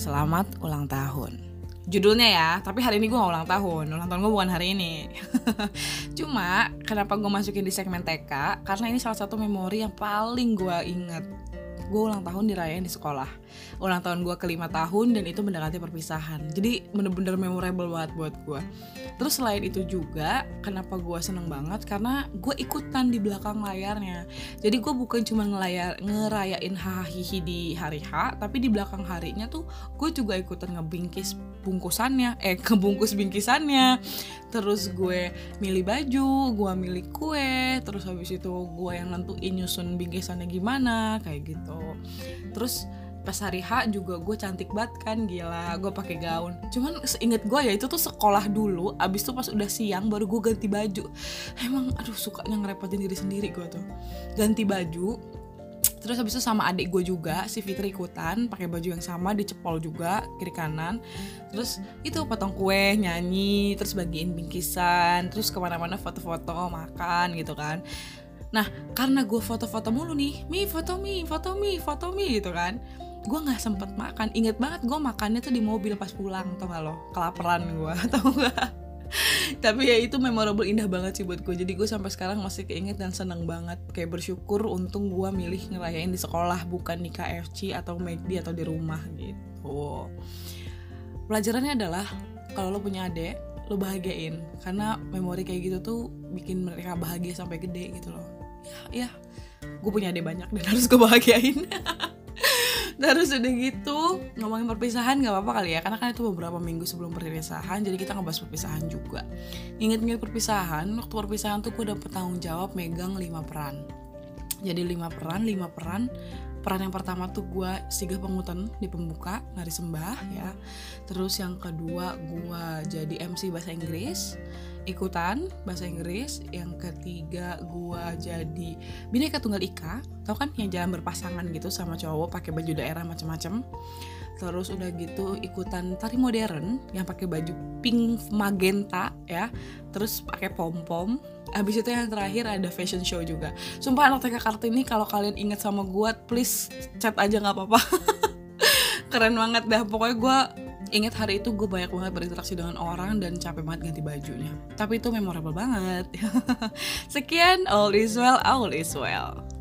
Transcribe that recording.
Selamat ulang tahun. Judulnya ya, tapi hari ini gue gak ulang tahun gue bukan hari ini. Cuma, kenapa gue masukin di segmen TK? Karena ini salah satu memori yang paling gue inget. Gue ulang tahun dirayain di sekolah. Ulang tahun gue ke-5 tahun dan itu mendekati perpisahan. Jadi bener-bener memorable banget buat gue. Terus selain itu juga, kenapa gue seneng banget? Karena gue ikutan di belakang layarnya. Jadi gue bukan cuma ngerayain hahihi di hari H, tapi di belakang harinya tuh gue juga ikutan ngebungkus bingkisannya. Terus gue milih baju, gue milih kue, terus habis itu gue yang nentuin nyusun bingkisannya gimana, kayak gitu. Terus pas hari H juga gue cantik banget kan, gila, gue pakai gaun. Cuman seinget gue ya itu tuh sekolah dulu, abis itu pas udah siang baru gue ganti baju. Emang sukanya ngerepotin diri sendiri gue tuh. Ganti baju. Terus habis itu sama adik gue juga, si Fitri ikutan pakai baju yang sama, dicepol juga kiri kanan. Terus itu potong kue, nyanyi, terus bagiin bingkisan, terus kemana-mana foto-foto, makan gitu kan. Nah karena gue foto-foto mulu nih, foto me gitu kan, gue nggak sempet makan. Inget banget gue makannya tuh di mobil pas pulang, tau gak lo, kelaparan gue, tau gak? Tapi ya itu memorable, indah banget sih buat gue. Jadi gue sampai sekarang masih keinget dan seneng banget. Kayak bersyukur untung gue milih ngerayain di sekolah, bukan di KFC atau McD atau di rumah gitu. Pelajarannya adalah kalau lo punya adik, lo bahagiain. Karena memori kayak gitu tuh bikin mereka bahagia sampai gede gitu loh. Ya gue punya adik banyak dan harus gue bahagiain. Terus udah gitu, ngomongin perpisahan gak apa-apa kali ya, karena kan itu beberapa minggu sebelum perpisahan, jadi kita ngebahas perpisahan juga. Ingat-ingat perpisahan, waktu perpisahan tuh gue dapet tanggung jawab megang 5 peran. Jadi 5 peran. Peran yang pertama tuh gue sigah pengutan di pembuka, nari sembah ya. Terus yang kedua gue jadi MC bahasa Inggris, ikutan bahasa Inggris. Yang ketiga gue jadi Bhinneka Tunggal Ika, tau kan yang jalan berpasangan gitu sama cowok pakai baju daerah macam-macam. Terus udah gitu ikutan tari modern yang pakai baju pink magenta ya, terus pakai pom-pom. Abis itu yang terakhir ada fashion show juga. Sumpah anak TK Kartini, kalau kalian inget sama gue, please chat aja nggak apa-apa. Keren banget dah. Pokoknya gue inget hari itu gue banyak banget berinteraksi dengan orang dan capek banget ganti bajunya. Tapi itu memorable banget. Sekian, all is well, all is well.